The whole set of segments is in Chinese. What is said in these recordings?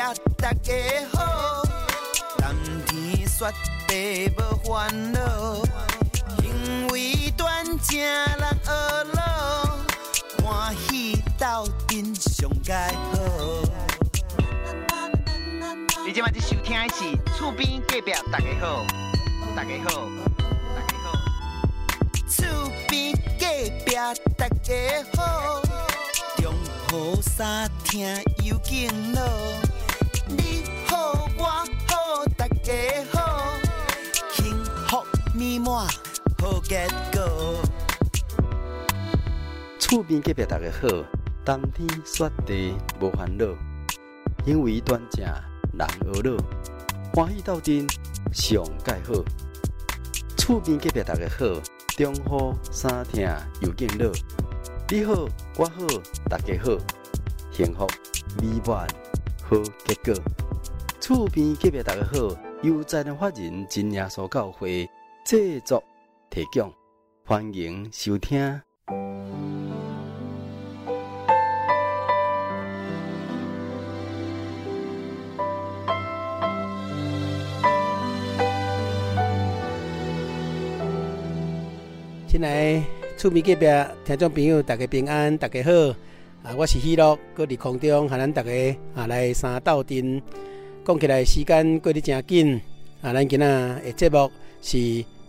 大家好，蓝天雪地无烦恼，行为端正人学老，欢喜斗阵上佳好。你今晚在收听的是厝边隔壁大家好，大家好，大家好，厝边隔壁大家好，中好三听有敬老，你好我好大家好，幸福美满好结果。 厝边隔壁大家好，冬天雪地无烦恼，行为端正人学老，欢喜斗阵上佳好。厝边隔壁大家好，中好三听又敬老，你好我好大家好，幸福美满好结果。厝边隔壁大家好，由在人法人真耶稣教会制作提供，欢迎收听。 亲爱厝边隔壁听众朋友，大家平安，大家好。我是喜乐，搁伫空中和咱大家来三斗阵。讲起来时间过得真紧，咱今仔的节目是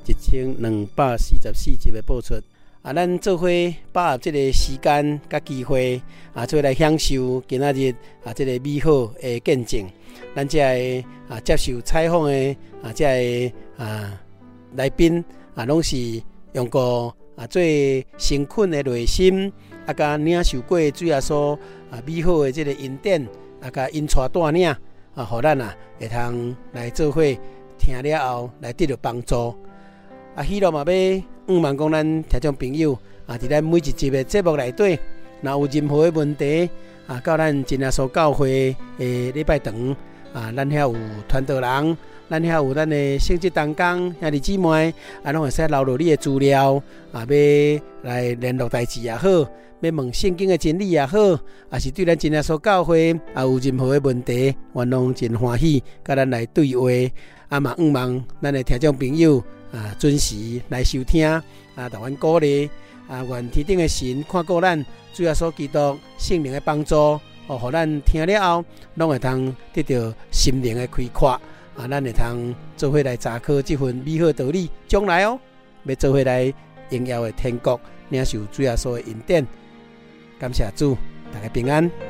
1244集的播出。咱做伙把握这个时间甲机会，做来享受今仔日这个美好的见证。咱这个接受采访的这个来宾拢是用过最诚恳的内心，甲领受过主耶稣美好的这个恩典，甲因带带领，互咱会通来做伙听了后来得到帮助。希望嘛要望讲咱听众朋友伫咱每一集的节目内底，若有任何的问题到咱真耶稣教会的礼拜堂咱遐有传道人。咱遐有咱的圣职同工兄弟姊妹，拢会使留落你的资料，要来联络代志也好，要问圣经的真理也好，也是对咱真耶稣教会有任何的问题，我拢真欢喜，甲咱来对话。嘛望咱的听众朋友准时来收听，台湾鼓励愿天顶的神看顾咱，主耶稣基督圣灵的帮助，互咱听了后，拢会通得到心灵的开阔。咱会通做伙来查考这份美好道理，将来要做伙来荣耀的天国，领受主耶稣的恩典。感谢主，大家平安。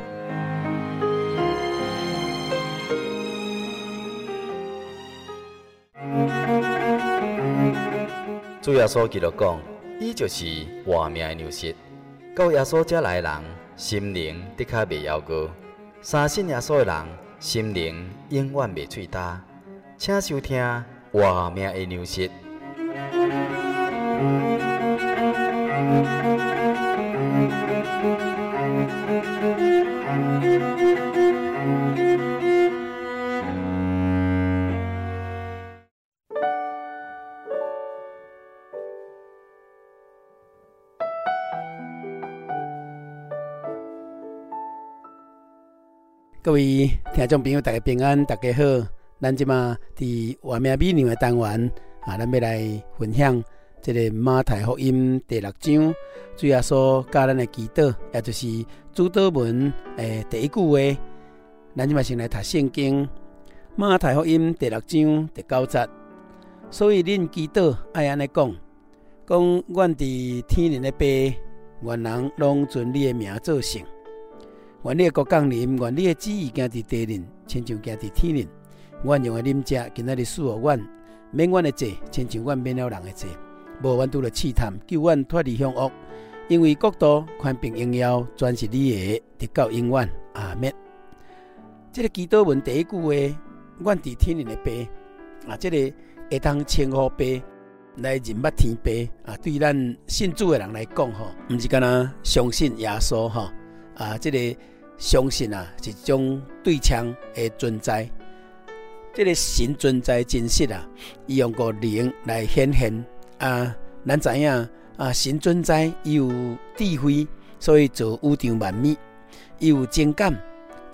主耶稣基督讲，伊就是活命的粮食。到耶稣这来的人，心灵的确袂夭糕；相信耶稣的人，心灵永远袂脆焦。请收听活命的粮食。 各位听众朋友，大家平安，大家好。咱即马伫活命美粮的单元咱要来分享这个马太福音第6章，主耶稣教咱的祈祷，也就是主祷文第一句话。咱即马先来读圣经，马太福音第6章第9节。所以恁祈祷爱安尼讲，阮伫天灵的爸，愿人拢尊你的名做圣。愿你的国降临，愿你的旨意行伫地灵，亲像行伫天灵。阮用的啉食，今仔日赐予阮，免阮的罪，亲像阮免了人的罪。无阮拄着试探，救阮脱离凶恶。因为国度、权柄、荣耀，全是你的，直到永远。阿们。这个祈祷文第一句话，阮伫天灵的爸，这个会当称呼爸来认捌天爸对咱信主的人来讲毋是干那相信耶稣这个相信是一种对称的存在。这个神存在真实伊用个灵来显现咱知影神存在伊有智慧，所以做宇宙万物，伊有情感，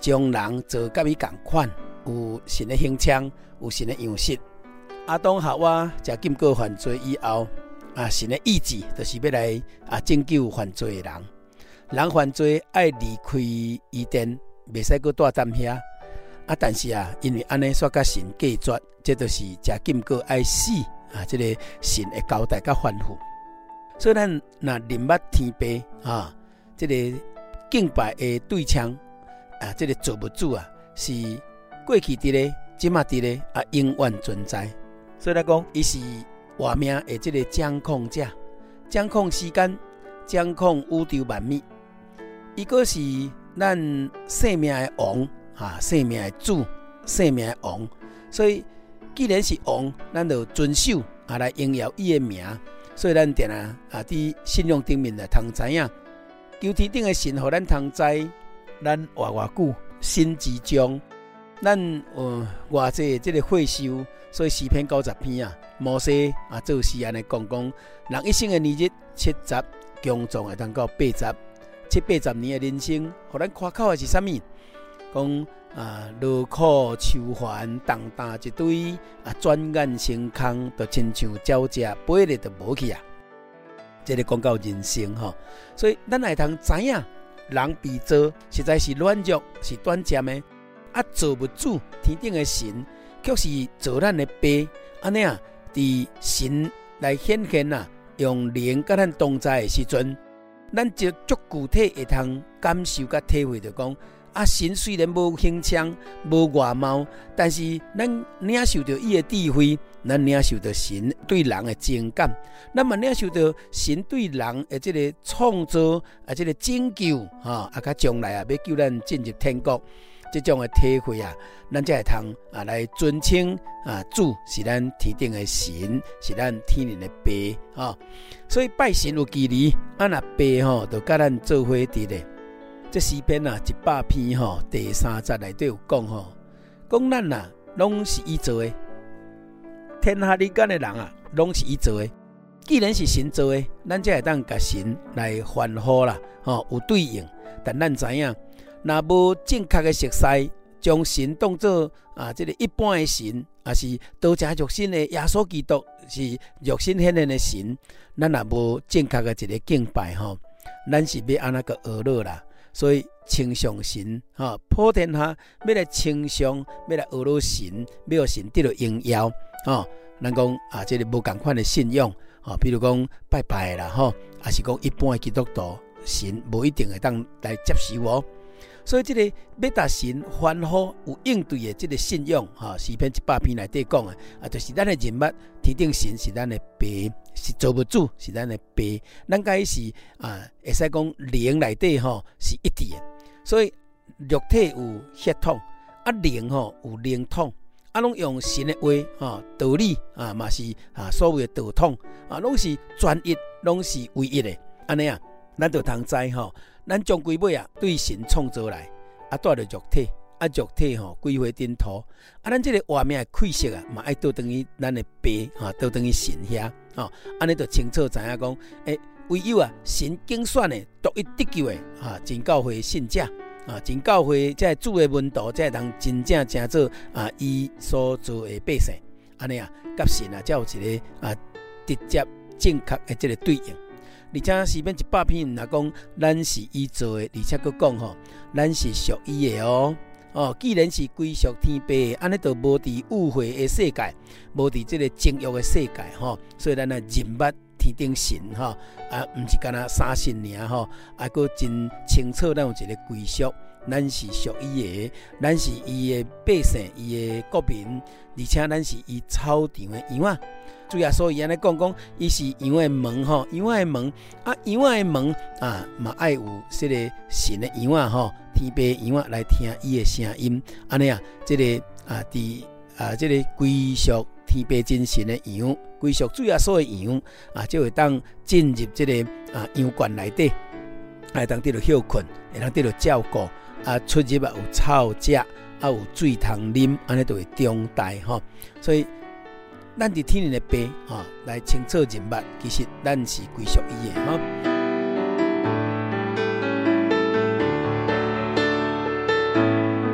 将人做甲伊共款，有神的形象，有神的样式。亚当夏娃食禁果犯罪以后，神的意志就是要来拯救犯罪的人。人犯罪爱离开伊甸，袂使搁住踮遐。但是因为安尼煞甲神隔绝，这就是食禁果爱死这个神的交代甲吩咐。所以咱若认捌天父这个敬拜的对象这个造物主是过去伫咧，即马伫咧永远存在。所以来讲，伊是活命的这个掌控者，掌控时间，掌控宇宙万物。伊个是咱生命的王生命的主，生命的王。所以既然是王，咱就遵守来荣耀伊的名。所以咱定伫信仰顶面来通知影，求天顶的神，互咱通知，咱活久，心之中，咱偌济这个会修。所以诗篇90篇摩西做诗安尼讲，人一生的年日70，强壮会当到80年的人生，互咱夸口的是啥物？讲劳苦愁烦，重担一堆转眼成空，就亲像鸟只飞咧就无去这个讲到人生所以咱会通知影，人被造实在是软弱，是短暂的。造物主天顶的神，却是造咱的爸，安尼伫神来显现用灵甲咱同在的时阵，咱就足具体会通感受甲体会着讲。神虽然无形象、无外貌，但是咱领受到伊的智慧，咱领受到神对人的情感，咱嘛领受到神对人的这个创造这个拯救甲将来要救咱进入天国，这种的体会咱才会通来尊称主是咱天顶的神，是咱天灵的爸所以拜神有距离，若爸就甲咱做伙伫咧。这诗篇100篇第3节内底有讲讲咱拢是伊做的，天下人间的人拢是伊做的。既然是神做的，咱才会当甲神来欢呼啦有对应。但咱知影，若无正确的熟悉，将神当作这个一般的神，是道成肉身的耶稣基督是肉身显现的神，咱若无正确的一个敬拜咱是要安那个学乐啦。所以称颂神普天下要来称颂，要来学乐神，要让神得到荣耀咱讲这个无同款的信仰比如讲拜拜啦还是讲一般的基督徒，神无一定会当来接受所以这个要达神欢呼有应对的这个信仰诗篇100篇内底讲的就是咱的认捌天顶神是咱的爸，是造物主，是咱的爸，咱甲伊是会使讲灵内底是一致的。所以肉体有血统灵有灵统拢用神的话道理嘛是所谓的道统拢是专一，拢是唯一的。安尼咱就通知咱将归尾对神创造来带着肉体肉体归回尘土咱这个活命的气息嘛爱倒转于咱的爸倒转于神遐安尼就清楚知影讲唯有神拣选的独一得救的真教会信者真教会才主的门徒，才能真正成做伊所做的百姓。安尼甲神才有一个直接正确的这个对应。而且诗篇100篇若讲咱是伊做的，而且佫讲咱是属伊的既然是归属天父，安尼就无伫误会的世界，无伫这个情欲的世界所以咱认捌天顶神毋是干那三神尔佫真清楚咱有一个归属，咱是属伊的，咱是伊的百姓，伊的国民，而且咱是伊草场的羊主耶稣伊安尼讲，伊是羊的门羊的门羊的门嘛爱有这个神的羊天父羊来听伊的声音，安尼这个伫这个归属天父真神的羊，归属主耶稣的羊就会当进入这个羊圈内底，会当得到休困，会当得到照顾出入有草食有水通啉，安尼就会长大所以咱伫天灵的爸来清楚认捌，其实咱是归属伊的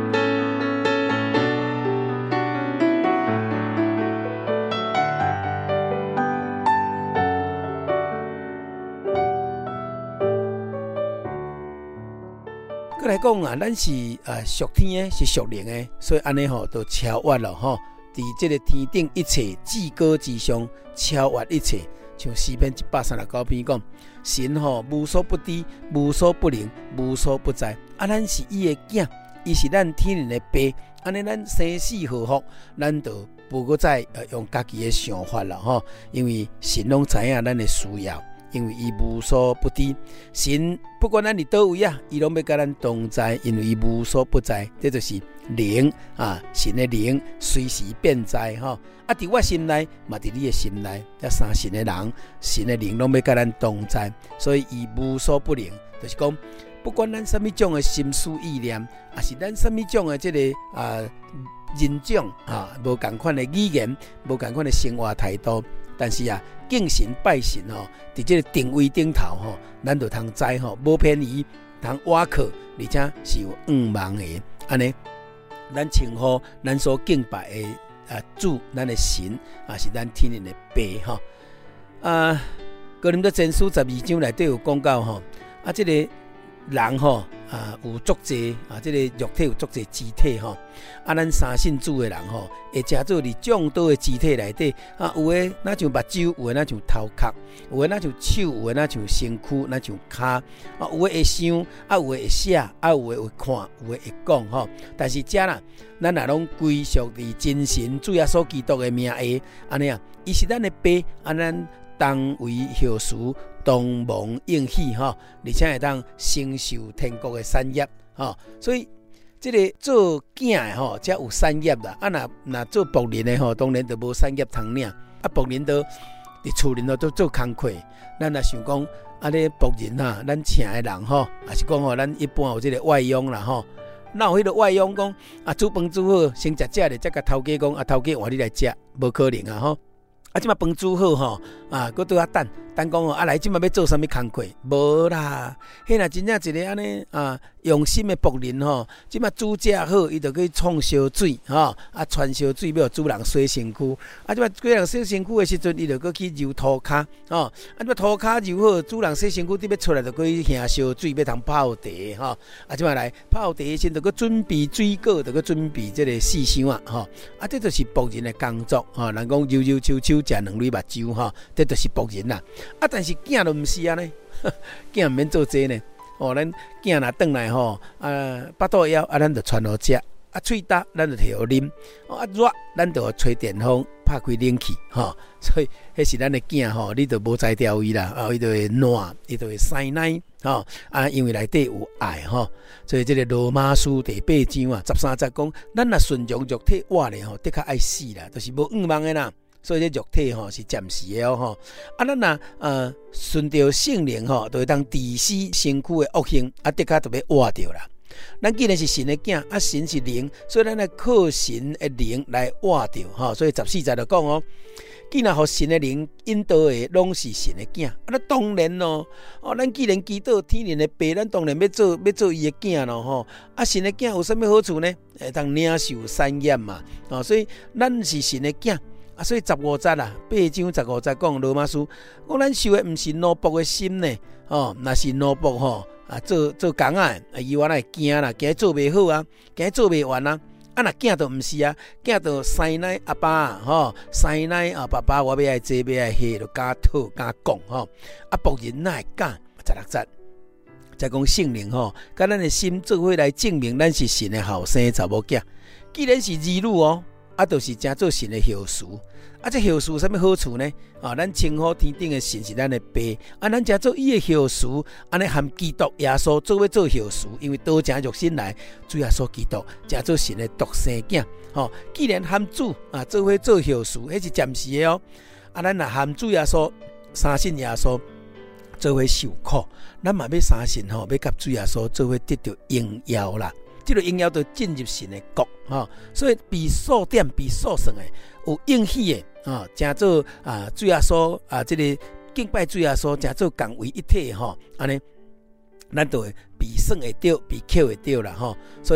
过来讲啊，咱是属天的，是属灵的，所以安尼吼就超越了吼。伫这个天顶一切至高之上，超越一切。像诗篇139篇讲，神吼无所不知，无所不能，无所不在。啊，咱是伊的囝，伊是咱天然的爸。安尼咱生死祸福，咱就无搁再用家己的想法了吼。因为神拢知影咱的需要。因为伊无所不知，神不管咱伫倒位啊，伊拢要甲咱同在，因为伊无所不在，这就是灵啊，神的灵随时变在吼。啊，伫我心内，嘛伫你的心内，这三神的人，神的灵拢要甲咱同在，所以伊无所不能，就是讲，不管咱什么种的心思意念，啊是咱什么种的这个人种啊，无共款的语言，无共款的生活态度。但是啊，敬神拜神吼，伫这个定位顶头吼，咱就通知吼，无偏移，通挖靠，而且是有仰望的。安尼，咱称呼咱所敬拜的主，咱的神啊，是咱天然的爸吼。哥林多前书12章内底有讲到吼，这个人吼有足济这个肉体有足济肢体吼，咱相信主的人吼，会食做伫众多的肢体内底有诶那像目睭，有诶那像头壳，有诶那像手，有诶那像身躯，那像骹有诶会想，有诶会写，有诶会看，有诶会讲吼。但是遮啦，咱若拢归属伫真神主耶稣基督的名下，安尼啊，伊是咱的爸，咱当为后事，同蒙应许吼，而且会当承受天国的产业吼。所以这个做囝的吼，才有产业啦。若做仆人的吼，当然就无产业通领。仆人都伫厝里头都做工课。咱若想讲，咧仆人咱请的人吼，也是讲吼，咱一般有这个外佣啦吼。哪有迄个外佣讲煮饭煮好，先食咧，才甲头家讲头家换你来食，无可能啊吼。即马饭煮好吼，搁拄等讲吼，来即马要做啥物工课？无啦，迄若真正一个安尼用心的仆人吼，即马煮食好，伊就去创烧水吼，传烧水要主人洗身躯，即马主人洗身躯的时阵，伊就搁去揉涂骹吼，即马涂骹揉好，主人洗身躯伫要出来就搁去下烧水，要通泡茶吼，即马来泡茶的时阵，就搁准备水果，就搁准备这个四香吼，这就是仆人的工作吼，人讲揉揉手手。食两粒目睭吼，这就是仆人啦。但是囝就毋是安尼，囝毋免做这呢。咱囝若转来吼，巴肚枵咱就传好食，喙焦咱就摕好啉，热咱就吹电风，拍开冷气吼。所以迄是咱的囝吼，你就无在调伊啦，伊就会暖，伊就会塞奶吼。因为内底有爱吼，所以这个罗马书第8章13节讲，咱若顺从肉体活咧吼，的确爱死啦，就是无仰望的啦。所以这肉体吼是暂时的吼，咱若顺着圣灵吼，就会当治死身躯的恶行，的确就要活着啦。咱既然是神的囝，神是灵，所以咱来靠神的灵来活着吼。所以14节就讲哦，既然互神的灵引导的，拢是神的囝，那当然咯。咱既然基督天然的爸，咱当然要做伊的囝咯吼。神的囝有啥物好处呢？会当领受产业嘛。所以咱是神的囝。所以15节啦，8章15节讲罗马书，讲咱受的毋是奴仆的心呢，若是奴仆吼，做工伊原来惊啦，惊做袂好啊，惊做袂完啊，若囝就毋是啊，囝就生奶阿爸吼，生奶爸爸，我要爱坐要爱下，就敢讨敢讲吼，仆人哪会敢？16节再讲圣灵吼，甲咱的心做伙来证明咱是神的后生查某囝，既然是儿女哦。就是真做神的后嗣，这后嗣有啥物好处呢？咱称呼天顶的神是咱的爸，咱真做伊的后嗣，安尼含基督耶稣做伙做后嗣，因为道成肉身来，主耶稣基督真做神的独生囝。既然含主做伙做后嗣，迄是暂时的哦。咱若含主耶稣，相信耶稣做伙受苦，咱嘛要相信要甲主耶稣做伙得到荣耀啦。这个荣耀就进入神的国所以被数点被数算的有应许的真做主耶稣这个敬拜主耶稣真做共为一体安尼咱就会被算会到被扣会到啦所以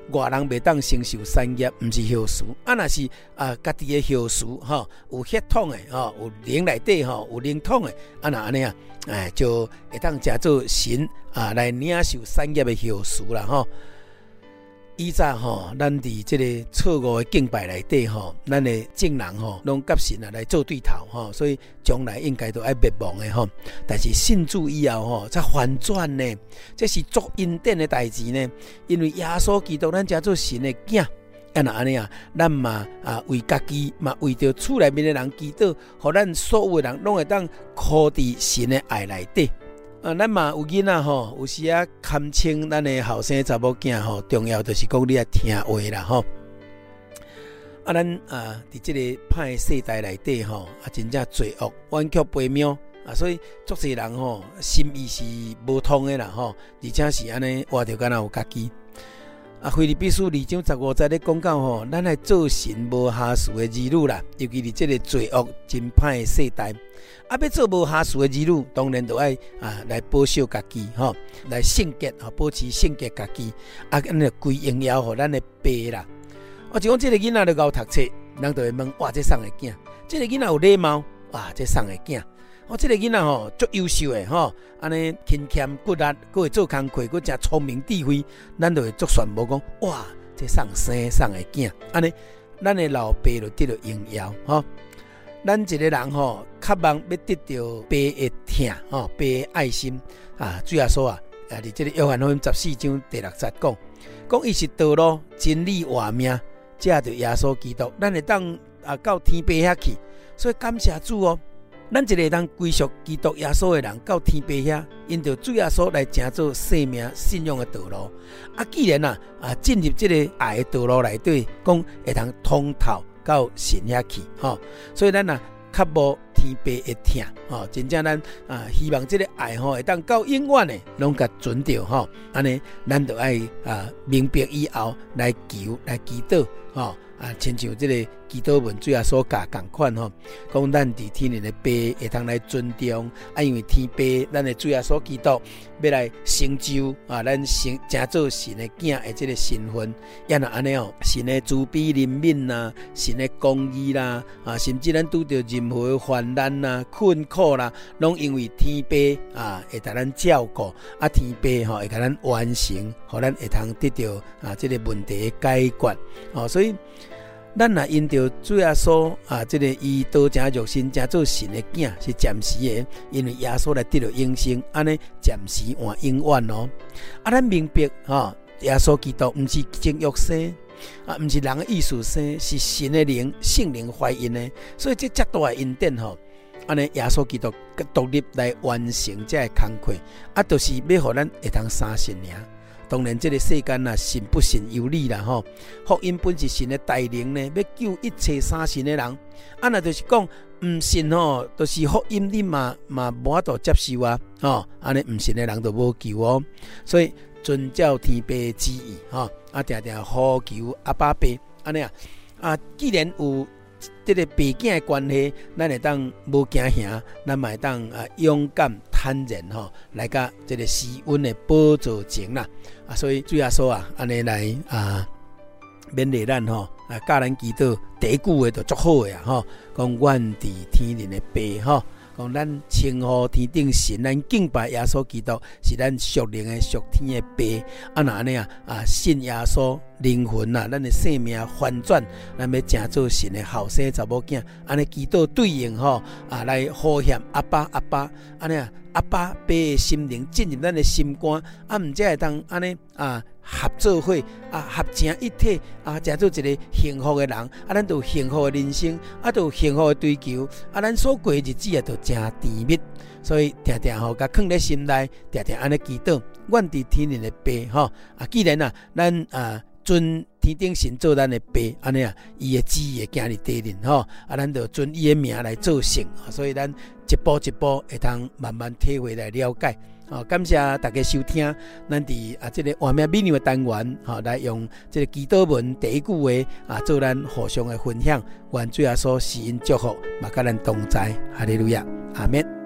外人袂当承受产业，毋是后事。若是家己的后事有血统的有灵内底有灵统的，那安尼啊，就会当食做神来领受产业的后事啦以早咱伫即个错误的敬拜内底咱的正人拢甲神来做对头所以将来应该都爱灭亡的但是信主以后才反转呢，这是足恩典的代志呢。因为耶稣基督咱才做神的囝，安尼啊，咱嘛为家己嘛为着厝内面的人祈祷，互咱所有的人拢会当靠伫神的爱内底。咱嘛有囡仔有时堪称咱的后生查某囝重要就是讲你要听话啦咱伫即个歹的世代内底真正罪恶冤曲背渺所以足侪人心意是无通的啦而且是安尼活着敢若有家己。腓立比书2章15节咧讲到咱来做神无下事的儿女啦，尤其是即个罪恶真歹的世代。要做无下事的儿女，当然就要来保守家己来圣洁保持圣洁家己咱就归荣耀互咱的爸啦。就讲即个囡仔就够读册，人就会问哇，这送的囝，即个囡仔有礼貌哇，这送的囝。即个囡仔足优秀的安尼勤俭骨力，佫会做工课，佫真聪明智慧，咱就会足羡慕讲哇，这送生送的囝，安尼咱的老爸就得到荣耀咱一个人渴望要得到爸的疼爸的爱心主耶稣伫这个约翰福音14章第6节讲伊是道路真理活命，借着耶稣基督，咱会当到天父遐去，所以感谢主咱一个当归属基督耶稣的人到天父遐，因着主耶稣来成做生命信仰的道路既然进入这个爱的道路内底，讲会当通透到神遐去所以咱较无天父的疼真正咱希望这个爱会当到永远的拢甲存着安尼咱就爱明白以后来求来祈祷亲像这个祈祷文主要所教同款讲咱伫天上的爸会当来尊重因为天父咱的主要所祈祷要来成就咱成做神的囝的这个身份，也安尼神的慈悲怜悯啦，神的公义啦甚至咱拄到任何的患难啦困苦啦，拢因为天父会甲咱照顾天父会甲咱完成，互咱会通得到这个问题的解决所以咱因着主耶稣这个伊道成肉身成做神的囝是暂时的，因为耶稣来得到永生，安尼暂时换永远咱明白耶稣基督不是精肉身不是人的意思生，是神的灵圣灵怀孕的，所以这遮大的恩典安尼耶稣基督独立来完成这个工课就是要互咱会通相信尔。当然这个世间信不信由你啦福音本是神的带领呢，要救一切相信的人若就是讲唔信就是福音你嘛无法度接受安尼唔信的人就无救所以遵照天父的旨意定定呼求阿爸爸安尼既然有这个爸囝的关系，咱会当无惊吓，咱嘛会当勇敢坦然来甲这个施恩的宝座前啦所以主耶稣安尼来勉励咱教咱祈祷第一句话就足好的讲阮伫天上的爸讲咱称呼天顶神，咱敬拜耶稣基督是咱属灵的属天的爸安尼信耶稣灵魂咱的生命翻转，咱要成做神的后生查某囝，安尼祈祷对应来呼喊阿爸阿爸安尼阿爸爸的心灵进入咱的心肝毋才会当安尼合作伙合成一体成做一个幸福的人咱就有幸福的人生就有幸福的追求咱所过的日子就真甜蜜，所以常常甲放在心内，常常安尼祈祷阮伫天上的爸既然咱尊天顶神做咱的爸安尼伊的旨意会行入地面咱就尊伊的名来做圣所以咱一步一步会通慢慢体会来了解感谢大家收听咱伫这个画面美妙的单元来用这个祈祷文第一句话做咱互相的分享，愿主耶稣施恩祝福嘛甲咱同在，哈利路亚，阿们。